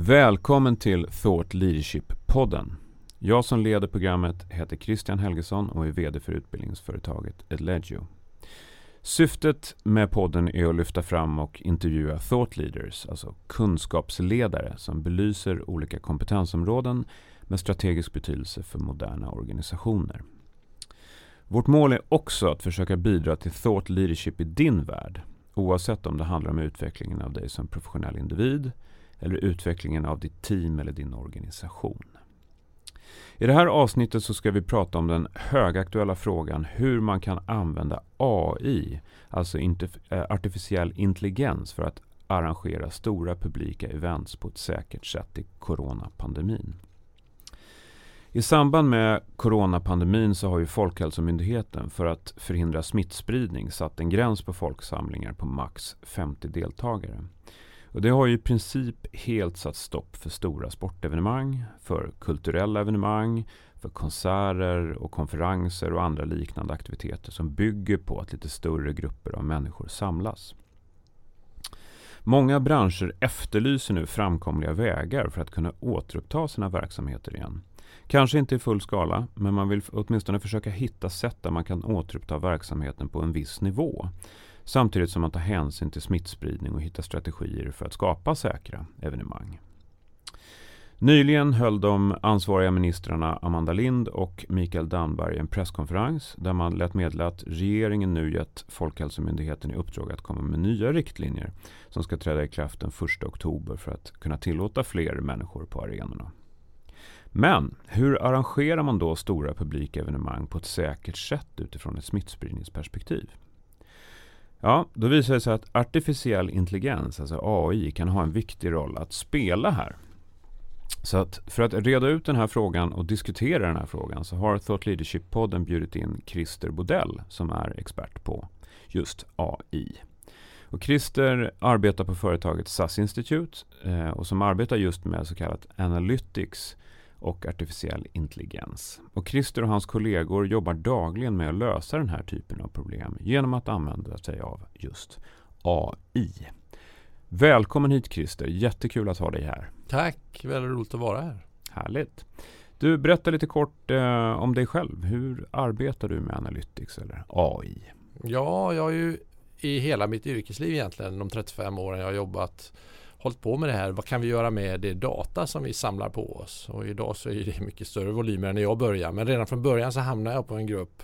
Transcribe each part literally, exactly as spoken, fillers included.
Välkommen till Thought Leadership-podden. Jag som leder programmet heter Christian Helgesson och är vd för utbildningsföretaget Edlegio. Syftet med podden är att lyfta fram och intervjua thought leaders, alltså kunskapsledare som belyser olika kompetensområden med strategisk betydelse för moderna organisationer. Vårt mål är också att försöka bidra till thought leadership i din värld, oavsett om det handlar om utvecklingen av dig som professionell individ eller utvecklingen av ditt team eller din organisation. I det här avsnittet så ska vi prata om den högaktuella frågan hur man kan använda A I, alltså artificiell intelligens, för att arrangera stora publika events på ett säkert sätt i coronapandemin. I samband med coronapandemin så har ju Folkhälsomyndigheten för att förhindra smittspridning satt en gräns på folksamlingar på max femtio deltagare. Och det har ju i princip helt satt stopp för stora sportevenemang, för kulturella evenemang, för konserter och konferenser och andra liknande aktiviteter som bygger på att lite större grupper av människor samlas. Många branscher efterlyser nu framkomliga vägar för att kunna återuppta sina verksamheter igen. Kanske inte i full skala, men man vill åtminstone försöka hitta sätt där man kan återuppta verksamheten på en viss nivå. Samtidigt som man tar hänsyn till smittspridning och hittar strategier för att skapa säkra evenemang. Nyligen höll de ansvariga ministrarna Amanda Lind och Mikael Damberg en presskonferens där man lät meddela att regeringen nu gett Folkhälsomyndigheten i uppdrag att komma med nya riktlinjer som ska träda i kraft den första oktober för att kunna tillåta fler människor på arenorna. Men hur arrangerar man då stora publika evenemang på ett säkert sätt utifrån ett smittspridningsperspektiv? Ja, då visar det sig att artificiell intelligens, alltså A I, kan ha en viktig roll att spela här. Så att för att reda ut den här frågan och diskutera den här frågan så har Thought Leadership-podden bjudit in Christer Bodell som är expert på just A I. Och Christer arbetar på företaget S A S Institute eh, och som arbetar just med så kallat analytics och artificiell intelligens. Och Christer och hans kollegor jobbar dagligen med att lösa den här typen av problem genom att använda sig av just A I. Välkommen hit Christer, jättekul att ha dig här. Tack, väldigt roligt att vara här. Härligt. Du, berättar lite kort eh, om dig själv. Hur arbetar du med analytics eller A I? Ja, jag har ju i hela mitt yrkesliv egentligen, de trettiofem åren jag har jobbat, hållit på med det här. Vad kan vi göra med det data som vi samlar på oss? Och idag så är det mycket större volymer än när jag började. Men redan från början så hamnade jag på en grupp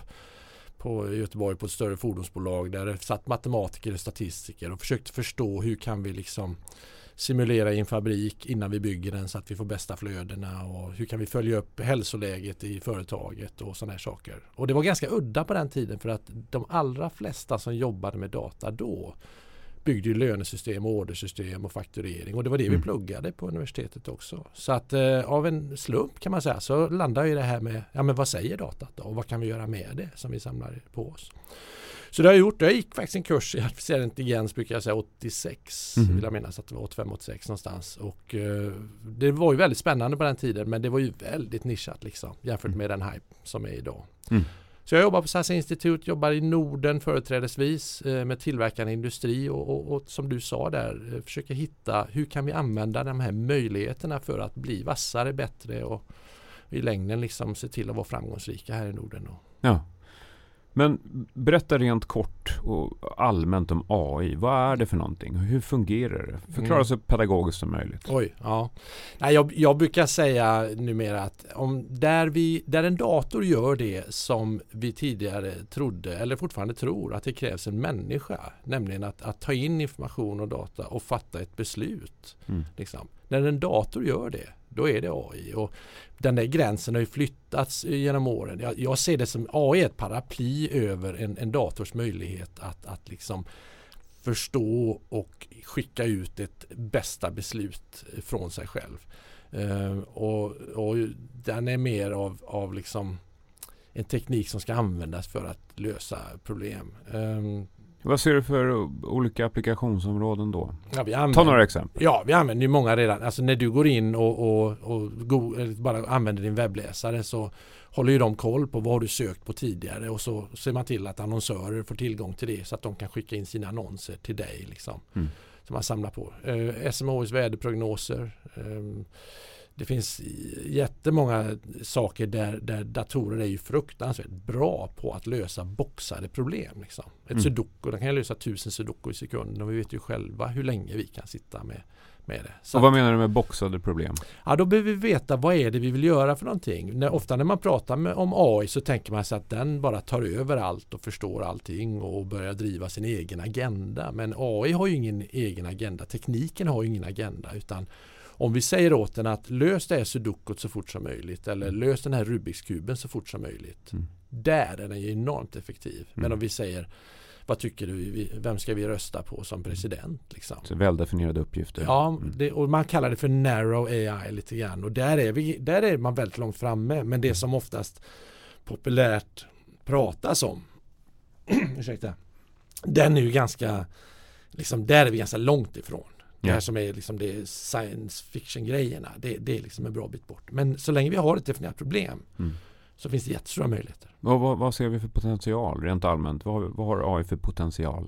på Göteborg på ett större fordonsbolag där det satt matematiker och statistiker och försökte förstå hur kan vi liksom simulera i en fabrik innan vi bygger den så att vi får bästa flödena och hur kan vi följa upp hälsoläget i företaget och sådana här saker. Och det var ganska udda på den tiden för att de allra flesta som jobbade med data då byggde ju lönesystem, ordersystem och fakturering. Och det var det mm. vi pluggade på universitetet också. Så att eh, av en slump kan man säga så landar ju det här med, ja men vad säger datat då? Och vad kan vi göra med det som vi samlar på oss? Så det har jag gjort. Jag gick faktiskt en kurs i artificiell intelligens, brukar jag säga, åttiosex. Mm. Vill jag minnas att det var åttiofem åttiosex någonstans. Och eh, det var ju väldigt spännande på den tiden, men det var ju väldigt nischat liksom, jämfört mm. med den hype som är idag. Mm. Så jag jobbar på S A S Institute, jobbar i Norden företrädesvis eh, med tillverkande industri och, och, och som du sa där, eh, försöker hitta hur kan vi använda de här möjligheterna för att bli vassare, bättre och i längden liksom se till att vara framgångsrika här i Norden. Och. Ja. Men berätta rent kort och allmänt om A I. Vad är det för någonting? Hur fungerar det? Förklara mm. så pedagogiskt som möjligt. Oj, ja. Nej, jag, jag brukar säga numera att om där, vi, där en dator gör det som vi tidigare trodde eller fortfarande tror att det krävs en människa, nämligen att, att ta in information och data och fatta ett beslut. Mm. Liksom. När en dator gör det, då är det A I. Och den där gränsen har ju flyttats genom åren. Jag, jag ser det som A I är ett paraply över en, en dators möjlighet att, att liksom förstå och skicka ut ett bästa beslut från sig själv. Uh, och, och den är mer av, av liksom en teknik som ska användas för att lösa problem. Um, Vad ser du för olika applikationsområden då? Ja, vi använder, Ta några exempel. Ja, vi använder ju många redan. Alltså när du går in och, och, och go, bara använder din webbläsare så håller ju de koll på vad du sökt på tidigare och så ser man till att annonsörer får tillgång till det så att de kan skicka in sina annonser till dig. Liksom. Mm. som man samlar på. Eh, S M H I:s väderprognoser. Eh, det finns jättemånga saker där, där datorer är ju fruktansvärt bra på att lösa boxade problem. Liksom. Ett mm. sudoku, den kan ju lösa tusen sudoku i sekunden och vi vet ju själva hur länge vi kan sitta med, med det. Så och vad menar du med boxade problem? Ja, då behöver vi veta vad är det vi vill göra för någonting. När, ofta när man pratar med, om A I så tänker man sig att den bara tar över allt och förstår allting och börjar driva sin egen agenda. Men A I har ju ingen egen agenda. Tekniken har ju ingen agenda, utan om vi säger åt den att lös det här sudokut så fort som möjligt eller lös den här Rubiks kuben så fort som möjligt. Mm. Där är den ju enormt effektiv. Mm. Men om vi säger, vad tycker du, vem ska vi rösta på som president? Liksom? Så väldefinierade uppgifter. Ja, mm. det, och man kallar det för narrow A I lite grann. Och där är, vi, där är man väldigt långt framme. Men det som oftast populärt pratas om, ursäkta, den är ju ganska, liksom, där är vi ganska långt ifrån. Det här som är liksom det science fiction-grejerna, det, det är liksom en bra bit bort. Men så länge vi har ett definierat problem mm. så finns det jättestora möjligheter. Och vad, vad ser vi för potential rent allmänt? Vad, vad har A I för potential?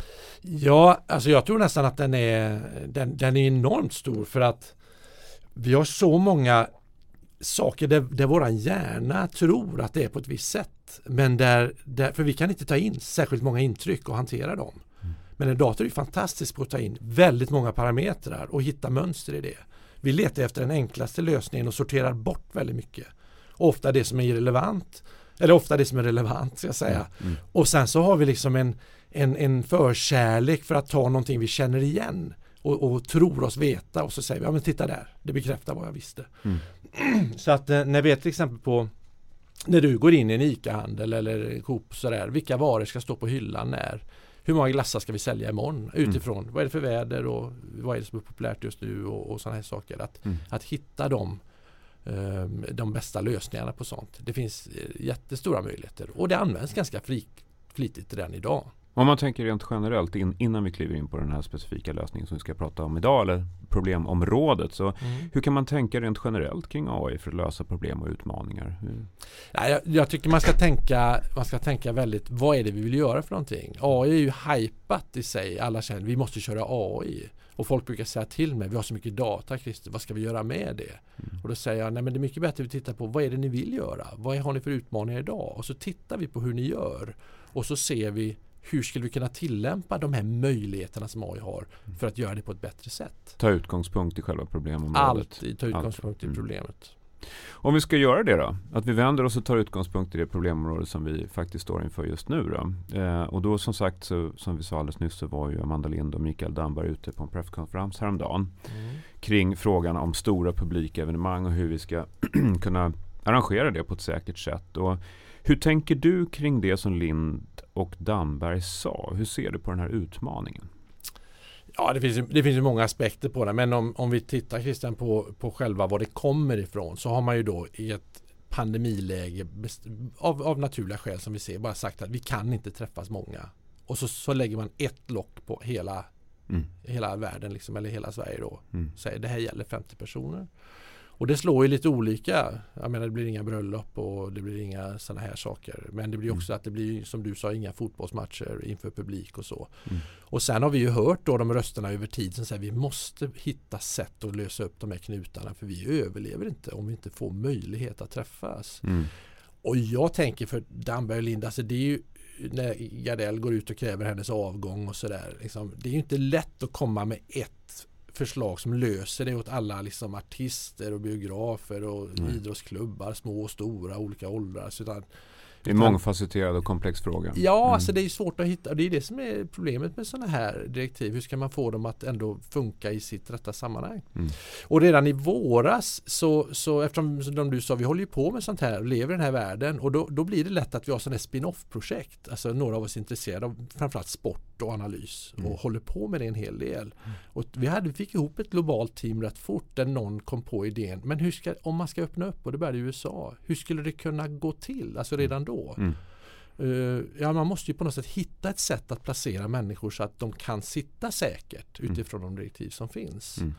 Ja, alltså jag tror nästan att den är, den, den är enormt stor för att vi har så många saker där, där våran hjärna tror att det är på ett visst sätt. Men där, där, för vi kan inte ta in särskilt många intryck och hantera dem. Men en dator är fantastisk på att ta in väldigt många parametrar och hitta mönster i det. Vi letar efter den enklaste lösningen och sorterar bort väldigt mycket. Ofta det som är irrelevant, eller ofta det som är relevant ska jag säga. Mm. Och sen så har vi liksom en, en, en förkärlek för att ta någonting vi känner igen och, och tror oss veta och så säger vi, ja men titta där, det bekräftar vad jag visste. Mm. Så att när vi är till exempel på, när du går in i en ICA-handel eller Coop sådär, vilka varor ska stå på hyllan när? Hur många glassar ska vi sälja imorgon utifrån? Mm. Vad är det för väder och vad är det som är populärt just nu och, och sådana här saker. Att, mm. att hitta de, um, de bästa lösningarna på sånt. Det finns jättestora möjligheter och det används ganska fri, flitigt redan idag. Om man tänker rent generellt in, innan vi kliver in på den här specifika lösningen som vi ska prata om idag eller problemområdet, så mm. hur kan man tänka rent generellt kring A I för att lösa problem och utmaningar? Hur? Ja, jag, jag tycker man ska tänka man ska tänka väldigt, vad är det vi vill göra för någonting? A I är ju hypat i sig, alla känner vi måste köra A I och folk brukar säga till mig, vi har så mycket data Christer, vad ska vi göra med det? Mm. Och då säger jag, nej men det är mycket bättre att vi tittar på vad är det ni vill göra? Vad har ni för utmaningar idag? Och så tittar vi på hur ni gör och så ser vi hur skulle vi kunna tillämpa de här möjligheterna som A I har för att göra det på ett bättre sätt? Ta utgångspunkt i själva problemområdet. Alltid ta utgångspunkt Allt. i problemet. Mm. Om vi ska göra det då, att vi vänder oss och tar utgångspunkt i det problemområde som vi faktiskt står inför just nu då. Eh, och då som sagt, så, som vi sa alldeles nyss, så var ju Amanda Lind och Mikael Damberg ute på en presskonferens häromdagen mm. kring frågan om stora publika evenemang och hur vi ska kunna arrangera det på ett säkert sätt. Och hur tänker du kring det som Lind och Damberg sa? Hur ser du på den här utmaningen? Ja, det finns ju, det finns ju många aspekter på det. Men om, om vi tittar, Christian, på, på själva var det kommer ifrån, så har man ju då i ett pandemiläge av, av naturliga skäl som vi ser bara sagt att vi kan inte träffas många. Och så, så lägger man ett lock på hela, mm. hela världen liksom, eller hela Sverige då. Mm. Säger det här gäller femtio personer. Och det slår ju lite olika. Jag menar, det blir inga bröllop och det blir inga sådana här saker. Men det blir också mm. att det blir, som du sa, inga fotbollsmatcher inför publik och så. Mm. Och sen har vi ju hört då de rösterna över tid som säger att vi måste hitta sätt att lösa upp de här knutarna, för vi överlever inte om vi inte får möjlighet att träffas. Mm. Och jag tänker för Damberg och Lind, alltså det är ju när Gardell går ut och kräver hennes avgång och sådär. Liksom, det är ju inte lätt att komma med ett förslag som löser det åt alla liksom artister och biografer och mm. idrottsklubbar, små och stora, olika åldrar. Så utan, det är en mångfacetterad och komplex fråga. Ja, mm. alltså det är svårt att hitta. Det är det som är problemet med sådana här direktiv. Hur ska man få dem att ändå funka i sitt rätta sammanhang? Mm. Och redan i våras, så, så eftersom som du sa, vi håller ju på med sånt här och lever i den här världen. Och då, då blir det lätt att vi har sådana här spin-off-projekt. Alltså några av oss är intresserade av framförallt sport och analys. Mm. Och håller på med det en hel del. Mm. Och vi, hade, vi fick ihop ett globalt team rätt fort där någon kom på idén. Men hur ska, om man ska öppna upp, och det började i U S A, hur skulle det kunna gå till? Alltså redan då. Mm. Uh, ja, man måste ju på något sätt hitta ett sätt att placera människor så att de kan sitta säkert utifrån mm. de direktiv som finns. Mm.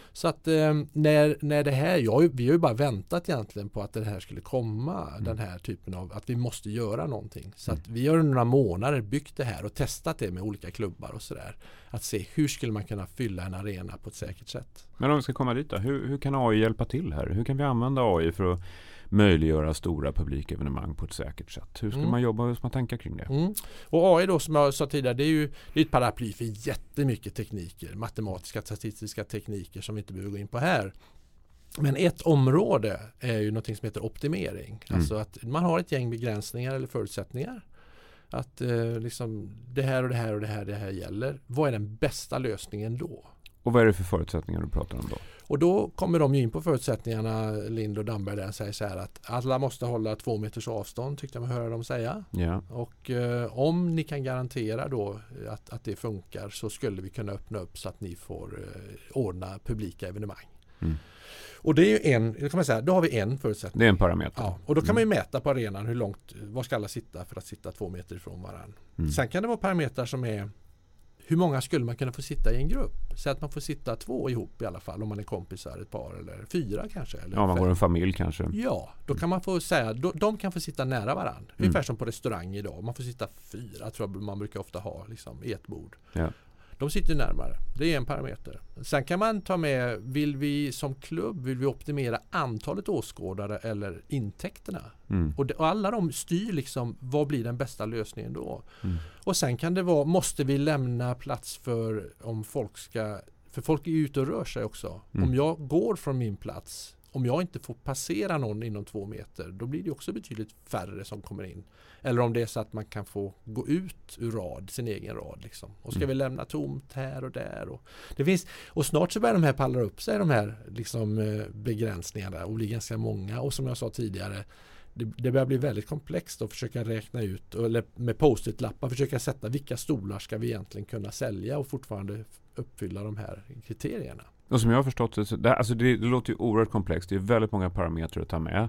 Så att eh, när, när det här, jag, vi har ju bara väntat egentligen på att det här skulle komma, mm. den här typen av, att vi måste göra någonting. Så mm. att vi har under några månader byggt det här och testat det med olika klubbar och sådär. Att se hur skulle man kunna fylla en arena på ett säkert sätt. Men om vi ska komma dit då, hur, hur kan A I hjälpa till här? Hur kan vi använda A I för att möjliggöra stora publikevenemang på ett säkert sätt? Hur ska mm. man jobba, hur ska man tänka kring det? Mm. Och A I då, som jag sa tidigare, det är ju det är ett paraply för jättemycket tekniker, matematiska, statistiska tekniker som vi inte behöver gå in på här. Men ett område är ju något som heter optimering. Mm. Alltså att man har ett gäng begränsningar eller förutsättningar. Att eh, liksom det här och det här och det här det här gäller. Vad är den bästa lösningen då? Och vad är det för förutsättningar du pratar om då? Och då kommer de ju in på förutsättningarna, Lind och Damberg, där säger så här att alla måste hålla två meters avstånd, tyckte jag mig höra dem säga. Ja. Och eh, om ni kan garantera då att, att det funkar, så skulle vi kunna öppna upp så att ni får eh, ordna publika evenemang. Mm. Och det är ju en, kan man säga, då har vi en förutsättning. Det är en parameter. Ja, och då kan mm. man ju mäta på arenan hur långt, var ska alla sitta för att sitta två meter ifrån varandra. Mm. Sen kan det vara parametrar som är hur många skulle man kunna få sitta i en grupp? Så att man får sitta två ihop i alla fall, om man är kompisar, ett par eller fyra kanske. Eller ja, man fem. går en familj kanske. Ja, då kan man få säga, då, de kan få sitta nära varandra. Mm. Ungefär som på restaurang idag. Man får sitta fyra, tror jag man brukar ofta ha liksom, i ett bord. Ja. De sitter närmare. Det är en parameter. Sen kan man ta med, vill vi som klubb, vill vi optimera antalet åskådare eller intäkterna? Mm. Och, det, och alla de styr liksom, vad blir den bästa lösningen då? Mm. Och sen kan det vara, måste vi lämna plats för om folk ska, för folk är ute och rör sig också. Mm. Om jag går från min plats, om jag inte får passera någon inom två meter, då blir det också betydligt färre som kommer in. Eller om det är så att man kan få gå ut ur rad, sin egen rad liksom. Och ska mm. vi lämna tomt här och där. Och, det finns, och snart så börjar de här pallra upp sig, de här liksom, begränsningarna, och blir ganska många. Och som jag sa tidigare, det, det börjar bli väldigt komplext att försöka räkna ut, eller med post-it-lappar försöka sätta vilka stolar ska vi egentligen kunna sälja och fortfarande uppfylla de här kriterierna. Och som jag har förstått det, så det, alltså det, det låter ju oerhört komplext. Det är väldigt många parametrar att ta med.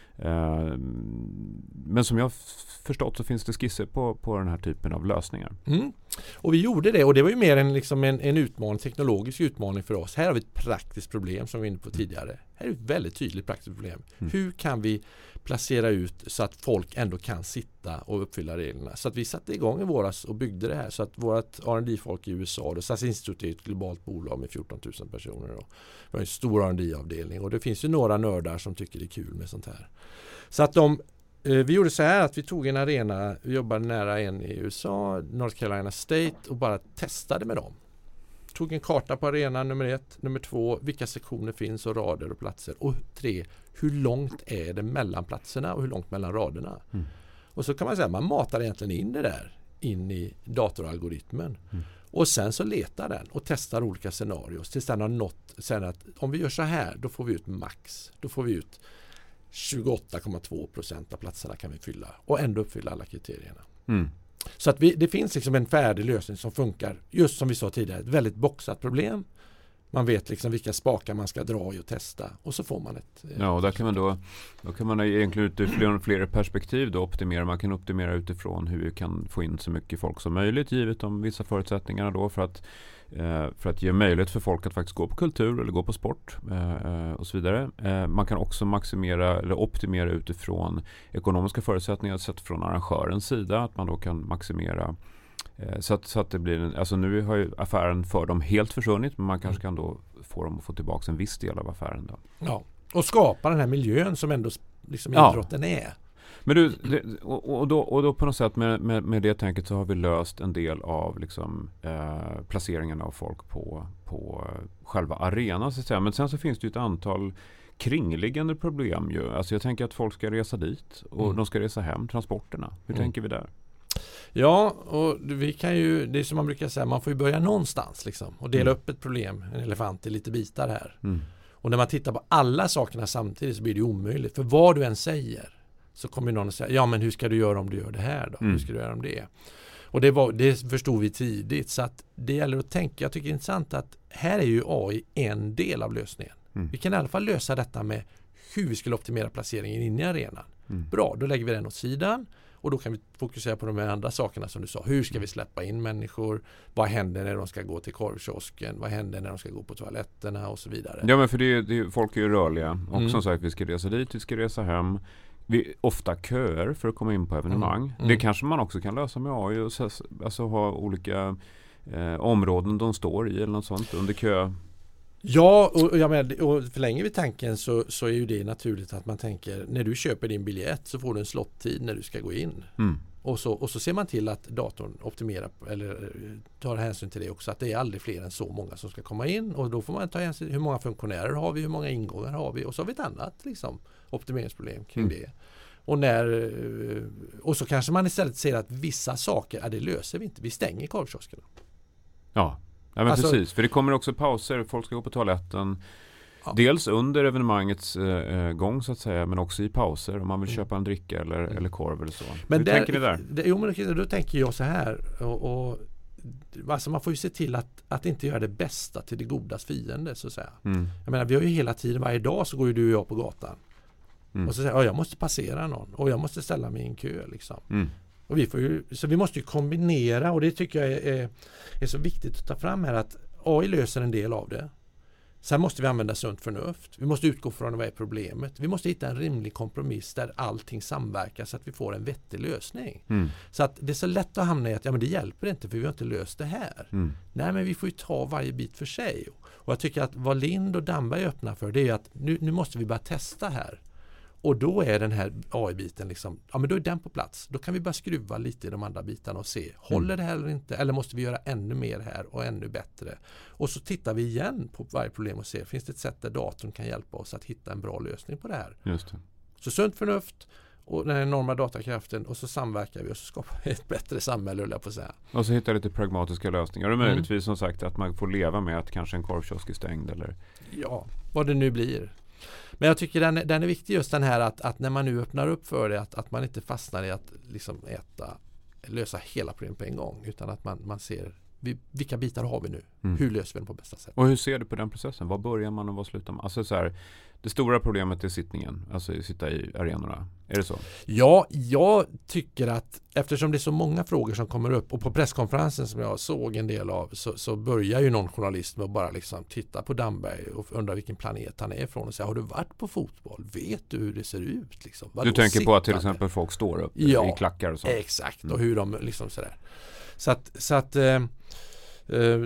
Uh, men som jag f- förstått så finns det skisser på, på den här typen av lösningar. Mm. Och vi gjorde det, och det var ju mer en, liksom en, en utmaning, teknologisk utmaning för oss. Här har vi ett praktiskt problem som vi var inne på tidigare. Här är ett väldigt tydligt praktiskt problem. Mm. Hur kan vi placera ut så att folk ändå kan sitta och uppfylla reglerna? Så att vi satte igång i våras och byggde det här. Så att vårt R and D-folk i U S A, det S A S-institutet är ett globalt bolag med fjorton tusen personer. Och vi har en stor R and D-avdelning, och det finns ju några nördar som tycker det är kul med sånt här. Så att de, vi gjorde så här att vi tog en arena, vi jobbade nära en i U S A, North Carolina State, och bara testade med dem. Tog en karta på arenan, nummer ett. Nummer två, vilka sektioner finns och rader och platser. Och tre, hur långt är det mellan platserna och hur långt mellan raderna. Mm. Och så kan man säga, man matar egentligen in det där in i datoralgoritmen. Mm. Och sen så letar den och testar olika scenarier tills den har nått, sen att om vi gör så här, då får vi ut max. Då får vi ut tjugoåtta komma två procent av platserna kan vi fylla och ändå uppfylla alla kriterierna. Mm. Så att vi, det finns liksom en färdig lösning som funkar, just som vi sa tidigare, ett väldigt boxat problem. Man vet liksom vilka spakar man ska dra i och testa, och så får man ett... Ja, och där kan man då, då kan man egentligen utifrån flera perspektiv då optimera. Man kan optimera utifrån hur vi kan få in så mycket folk som möjligt, givet de vissa förutsättningarna då, för att för att ge möjlighet för folk att faktiskt gå på kultur eller gå på sport eh, och så vidare. Eh, man kan också maximera eller optimera utifrån ekonomiska förutsättningar sett från arrangörens sida, att man då kan maximera eh, så, att, så att det blir en, alltså nu har ju affären för dem helt försvunnit, men man kanske kan då få dem att få tillbaka en viss del av affären då. Ja, och skapa den här miljön som ändå liksom idrotten ja. är. Men du, det, och, och, då, och då på något sätt med, med, med det tänket så har vi löst en del av liksom, eh, placeringen av folk på, på själva arenan så att säga. Men sen så finns det ju ett antal kringliggande problem ju. Alltså jag tänker att folk ska resa dit och mm. de ska resa hem, transporterna. Hur mm. tänker vi där? Ja, och vi kan ju, det är som man brukar säga, man får ju börja någonstans liksom, och dela mm. upp ett problem, en elefant i lite bitar här. Mm. Och när man tittar på alla sakerna samtidigt så blir det omöjligt. För vad du än säger så kommer någon att säga, ja men hur ska du göra om du gör det här då? Mm. Hur ska du göra om det? Och det, var, det förstod vi tidigt, så att det gäller att tänka. Jag tycker det är intressant att här är ju A I en del av lösningen. Mm. Vi kan i alla fall lösa detta med hur vi skulle optimera placeringen in i arenan. Mm. Bra, då lägger vi den åt sidan Och då kan vi fokusera på de här andra sakerna som du sa. Hur ska vi släppa in människor? Vad händer när de ska gå till korvkiosken? Vad händer när de ska gå på toaletterna och så vidare? Ja, men för det är, det är, folk är ju rörliga. Och Mm. som sagt, vi ska resa dit, vi ska resa hem. Vi ofta köer för att komma in på evenemang. Mm. Mm. Det kanske man också kan lösa med A I. Och så, alltså ha olika eh, områden de står i eller något sånt under kö. Ja, och, och, jag menar, och förlänger vi tanken så, så är ju det naturligt att man tänker när du köper din biljett så får du en slottid när du ska gå in. Mm. Och så, och så ser man till att datorn optimerar eller tar hänsyn till det också, att det är aldrig fler än så många som ska komma in, och då får man ta hänsyn till hur många funktionärer har vi, hur många ingångar har vi, och så har vi ett annat liksom, optimeringsproblem kring Mm. det. Och, när, och så kanske man istället ser att vissa saker, ja, det löser vi inte, vi stänger korvkioskerna. Ja, ja men Alltså- precis. För det kommer också pauser, folk ska gå på toaletten. Ja. Dels under evenemangets eh, gång så att säga, men också i pauser om man vill Mm. köpa en dricka eller, Mm. eller korv eller så. Men Hur där, tänker ni där? Det, jo, men då tänker jag så här, och, och, alltså man får ju se till att, att inte göra det bästa till det godas fiende, så att säga. Mm. Jag menar, vi har ju hela tiden, varje dag så går ju du och jag på gatan. Mm. Och så säger jag, jag måste passera någon och jag måste ställa mig i en kö liksom. Mm. Och vi får ju, så vi måste ju kombinera, och det tycker jag är, är, är så viktigt att ta fram här, att A I löser en del av det. Sen måste vi använda sunt förnuft. Vi måste utgå från vad är problemet. Vi måste hitta en rimlig kompromiss där allting samverkar så att vi får en vettig lösning. Mm. Så att det är så lätt att hamna i att ja, men det hjälper inte för vi har inte löst det här. Mm. Nej, men vi får ju ta varje bit för sig. Och jag tycker att vad Lind och Damberg öppnar för, det är att nu, nu måste vi börja testa här. Och då är den här A I-biten liksom, ja men då är den på plats. Då kan vi börja skruva lite i de andra bitarna och se, håller det här eller inte? Eller måste vi göra ännu mer här och ännu bättre? Och så tittar vi igen på varje problem och ser, finns det ett sätt där datorn kan hjälpa oss att hitta en bra lösning på det här? Just det. Så sunt förnuft och den enorma datakraften, och så samverkar vi och så skapar vi ett bättre samhälle, höll jag på att säga. Och så hitta lite pragmatiska lösningar. Och Mm. möjligtvis som sagt att man får leva med att kanske en korvkiosk är stängd eller... Ja, vad det nu blir. Men jag tycker den, den är viktig, just den här att, att när man nu öppnar upp för det, att, att man inte fastnar i att liksom äta, lösa hela problemet på en gång, utan att man, man ser vi, vilka bitar har vi nu? Mm. Hur löser vi den på bästa sätt? Och hur ser du på den processen? Var börjar man och var slutar man? Alltså så här, det stora problemet är sittningen, alltså sitta i arenorna. Är det så? Ja, jag tycker att eftersom det är så många frågor som kommer upp, och på presskonferensen som jag såg en del av, så, så börjar ju någon journalist med att bara liksom titta på Damberg och undra vilken planet han är ifrån och säga, har du varit på fotboll? Vet du hur det ser ut? Liksom? Du tänker på att till exempel folk står upp ja, i klackar och så? Exakt, Mm. och hur de liksom sådär. Så att, så att eh, eh,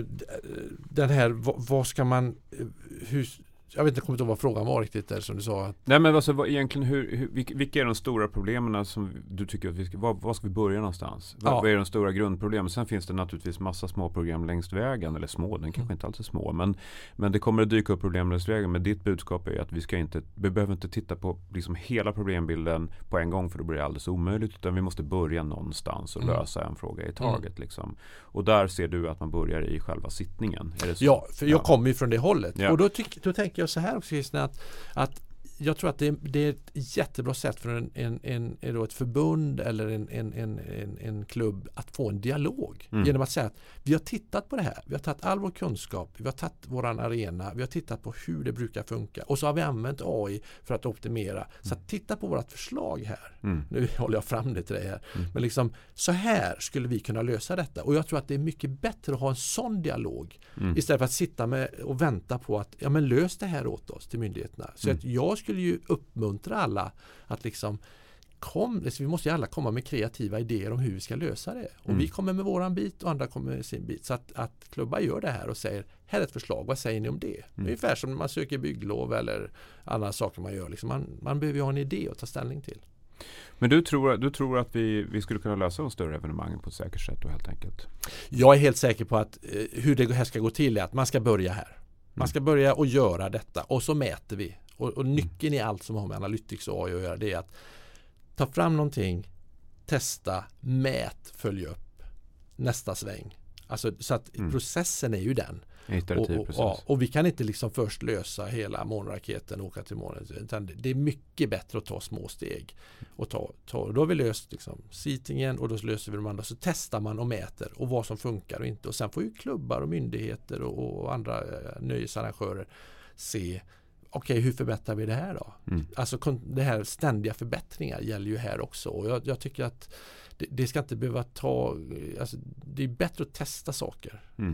den här, vad, vad ska man, eh, hur, jag vet inte, kommer inte ihåg vad frågan var riktigt där som du sa. Nej, men alltså, vad, egentligen hur, hur, vilka, vilka är de stora problemen som du tycker att vi ska, var, var ska vi börja någonstans? Vad, Ja. vad är de stora grundproblemen? Sen finns det naturligtvis massa små problem längs vägen, eller små, den kanske Mm. inte alls är små, men, men det kommer att dyka upp problem längs vägen. Men ditt budskap är att vi ska inte, vi behöver inte titta på liksom hela problembilden på en gång, för då blir det alldeles omöjligt, utan vi måste börja någonstans och Mm. lösa en fråga i taget. Liksom. Och där ser du att man börjar i själva sittningen. Är det så? Ja, för jag Ja. kommer ju från det hållet. Ja. Och då, tyck, då tänker jag så här också, Kristina, att, att jag tror att det, det är ett jättebra sätt för en, en, en, en, då ett förbund eller en, en, en, en, en klubb att få en dialog. Mm. Genom att säga att vi har tittat på det här. Vi har tagit all vår kunskap. Vi har tagit våran arena. Vi har tittat på hur det brukar funka. Och så har vi använt A I för att optimera. Så att titta på vårt förslag här. Mm. Nu håller jag fram det till dig här. Mm. Men liksom, så här skulle vi kunna lösa detta. Och jag tror att det är mycket bättre att ha en sån dialog Mm. istället för att sitta med och vänta på att ja, men lös det här åt oss till myndigheterna. Så Mm. att jag skulle ju uppmuntra alla att liksom kom, vi måste ju alla komma med kreativa idéer om hur vi ska lösa det. Och Mm. vi kommer med våran bit och andra kommer med sin bit. Så att, att klubbar gör det här och säger, här är ett förslag, vad säger ni om det? Mm. Ungefär som när man söker bygglov eller andra saker man gör. Liksom man, man behöver ju ha en idé att ta ställning till. Men du tror, du tror att vi, vi skulle kunna lösa de större evenemangen på ett säkert sätt då, helt enkelt? Jag är helt säker på att eh, hur det här ska gå till är att man ska börja här. Man ska börja och göra detta och så mäter vi. Och, och nyckeln i allt som har med Analytics och A I att göra, det är att ta fram någonting, testa, mät, följ upp nästa sväng. Alltså, så att Mm. processen är ju den. En iterativ Och, och, process. ja, och vi kan inte liksom först lösa hela månraketen och åka till månen. Utan det, det är mycket bättre att ta små steg. Och ta, ta, då har vi löst liksom seatingen och då löser vi de andra. Så testar man och mäter och vad som funkar och inte. Och sen får ju klubbar och myndigheter och, och andra eh, nöjesarrangörer se okej, okay, hur förbättrar vi det här då? Mm. Alltså det här ständiga förbättringar gäller ju här också. Och jag, jag tycker att det, det ska inte behöva ta, alltså det är bättre att testa saker. Mm.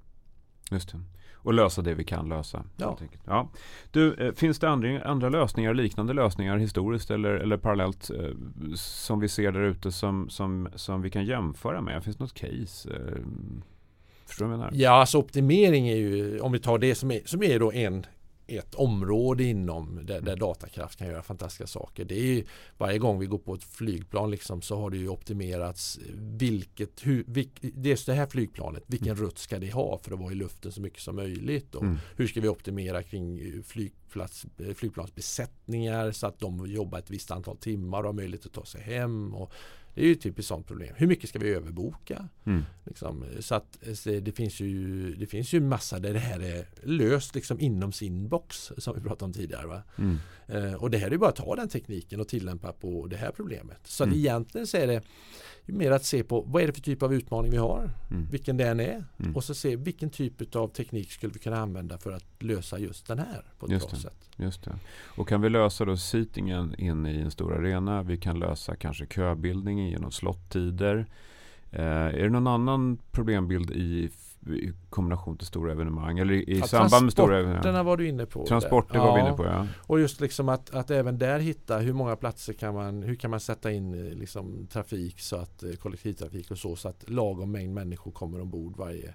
Just det. Och lösa det vi kan lösa. Ja. Ja. Du, eh, finns det andra, andra lösningar, liknande lösningar historiskt eller, eller parallellt eh, som vi ser där ute som, som, som vi kan jämföra med? Finns det något case? Eh, förstår du vad jag menar? Ja, alltså optimering är ju, om vi tar det som är, som är då en ett område inom där, där datakraft kan göra fantastiska saker. Det är ju, varje gång vi går på ett flygplan liksom, så har det ju optimerats vilket, hur, vilk, det, det här flygplanet, vilken mm. rutt ska det ha för att vara i luften så mycket som möjligt och mm. hur ska vi optimera kring flygplats, flygplansbesättningar så att de jobbar ett visst antal timmar och har möjlighet att ta sig hem och det är ju typ ett sånt problem. Hur mycket ska vi överboka? Mm. Liksom, så att så det finns ju det finns ju massa där det här är löst liksom inom sin box som vi pratade om tidigare. Va? Mm. Eh, och det här är ju bara att ta den tekniken och tillämpa på det här problemet. Så mm. att egentligen så är det mer att se på vad är det för typ av utmaning vi har, mm. vilken den är mm. och så se vilken typ av teknik skulle vi kunna använda för att lösa just den här på ett just bra det, sätt. Just det. Och kan vi lösa då seatingen in i en stor arena, vi kan lösa kanske köbildning genom slottider. Eh, är det någon annan problembild i, i kombination till stora evenemang eller i, i ja, samband med stora evenemang? Transporterna var du inne på. Transporter var ja. vi inne på, ja. Och just liksom att, att även där hitta hur många platser kan man, hur kan man sätta in liksom trafik så att kollektivtrafik och så, så att lagom mängd människor kommer ombord varje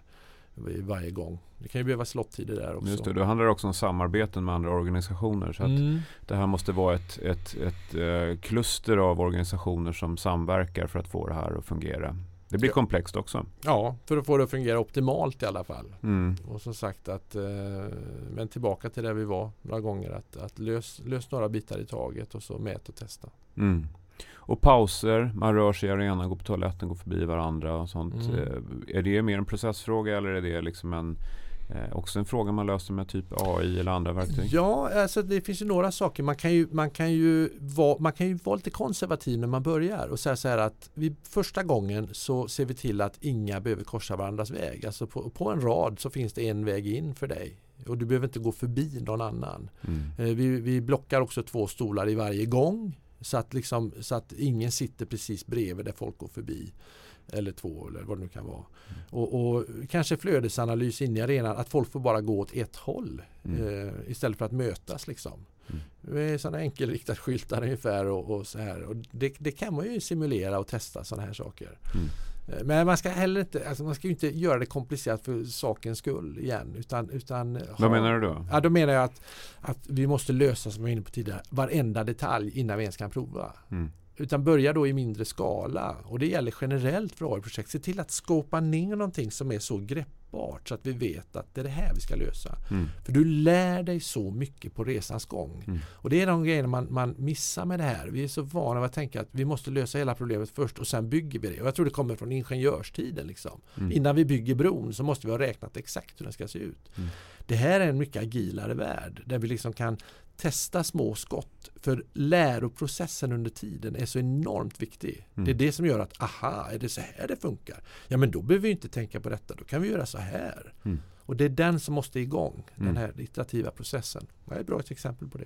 varje gång. Det kan ju behöva slottider där också. Just det, då handlar det också om samarbeten med andra organisationer så att mm. det här måste vara ett, ett, ett, ett kluster av organisationer som samverkar för att få det här att fungera. Det blir ja. komplext också. Ja, för att få det att fungera optimalt i alla fall. Mm. Och som sagt att eh, men tillbaka till där vi var några gånger att, att lös, lös några bitar i taget och så mät och testa. Mm. Och pauser, man rör sig i arenan, går på toaletten, går förbi varandra och sånt. Mm. Är det mer en processfråga eller är det liksom en, eh, också en fråga man löser med typ A I eller andra verktyg? Ja, alltså det finns ju några saker. Man kan ju, man kan ju, vara, man kan ju vara lite konservativ när man börjar och säga så här att vi, första gången så ser vi till att inga behöver korsa varandras väg. Alltså på, på en rad så finns det en väg in för dig. Och du behöver inte gå förbi någon annan. Mm. Eh, vi, vi blockar också två stolar i varje gång. Så att, liksom, så att ingen sitter precis bredvid där folk går förbi. Eller två eller vad det nu kan vara. Mm. Och, och kanske flödesanalys in i arenan. Att folk får bara gå åt ett håll. Mm. Eh, istället för att mötas liksom. Mm. Med sådana enkelriktat skyltar ungefär och, och så här. Och det, det kan man ju simulera och testa sådana här saker. Mm. Men man ska heller inte, alltså man ska ju inte göra det komplicerat för sakens skull igen. Utan, utan Vad ha, menar du då? Ja, då menar jag att, att vi måste lösa, som jag var inne på tidigare, varenda detalj innan vi ens kan prova. Mm. Utan börja då i mindre skala. Och det gäller generellt för A I-projekt. Se till att skåpa ner någonting som är så greppbart så att vi vet att det är det här vi ska lösa. Mm. För du lär dig så mycket på resans gång. Mm. Och det är de grejerna man, man missar med det här. Vi är så vana att tänka att vi måste lösa hela problemet först och sen bygger vi det. Och jag tror det kommer från ingenjörstiden. Liksom. Mm. Innan vi bygger bron så måste vi ha räknat exakt hur den ska se ut. Mm. Det här är en mycket agilare värld där vi liksom kan testa små skott, för läroprocessen under tiden är så enormt viktig. Mm. Det är det som gör att, aha, är det så här det funkar? Ja, men då behöver vi inte tänka på detta. Då kan vi göra så här. Mm. Och det är den som måste igång, mm. den här iterativa processen. Det är ett bra exempel på det.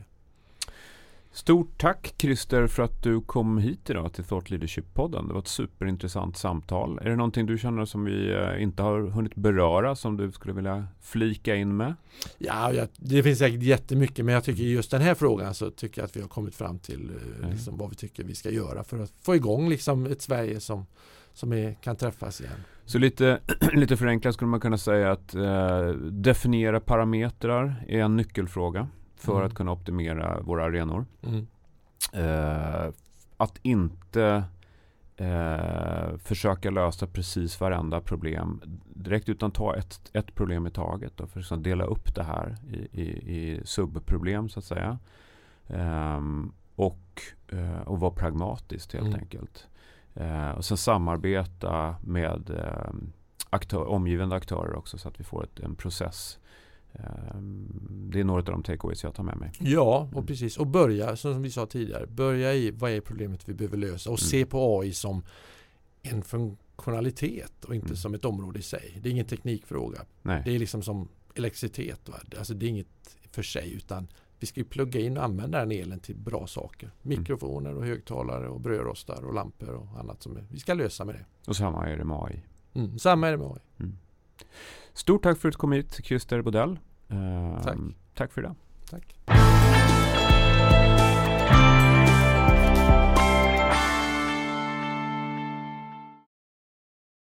Stort tack Christer för att du kom hit idag till Thought Leadership-podden. Det var ett superintressant samtal. Är det någonting du känner som vi inte har hunnit beröra som du skulle vilja flika in med? Ja, ja det finns säkert jättemycket, men jag tycker just den här frågan så tycker jag att vi har kommit fram till mm. liksom, vad vi tycker vi ska göra för att få igång liksom, ett Sverige som, som är, kan träffas igen. Så lite, lite förenklat skulle man kunna säga att eh, definiera parametrar är en nyckelfråga för mm. att kunna optimera våra arenor. Mm. Eh, att inte eh, försöka lösa precis varenda problem direkt, utan ta ett, ett problem i taget. Då, för att dela upp det här i, i, i subproblem så att säga. Eh, och, eh, och vara pragmatiskt helt mm. enkelt. Eh, och sen samarbeta med eh, aktör, omgivande aktörer också så att vi får ett, en process. Det är några av de takeaways jag tar med mig. Ja, och precis. Och börja, som vi sa tidigare, börja i vad är problemet vi behöver lösa och mm. se på A I som en funktionalitet och inte mm. som ett område i sig. Det är ingen teknikfråga. Nej. Det är liksom som elektricitet. Va? Alltså det är inget för sig, utan vi ska ju plugga in och använda den elen till bra saker. Mikrofoner och högtalare och brödrostar och lampor och annat som vi ska lösa med det. Och samma är det med A I. Mm, samma är det med A I. Mm. Stort tack för att du kom hit, Christer Bodell. Uh, tack. Tack för det. Tack.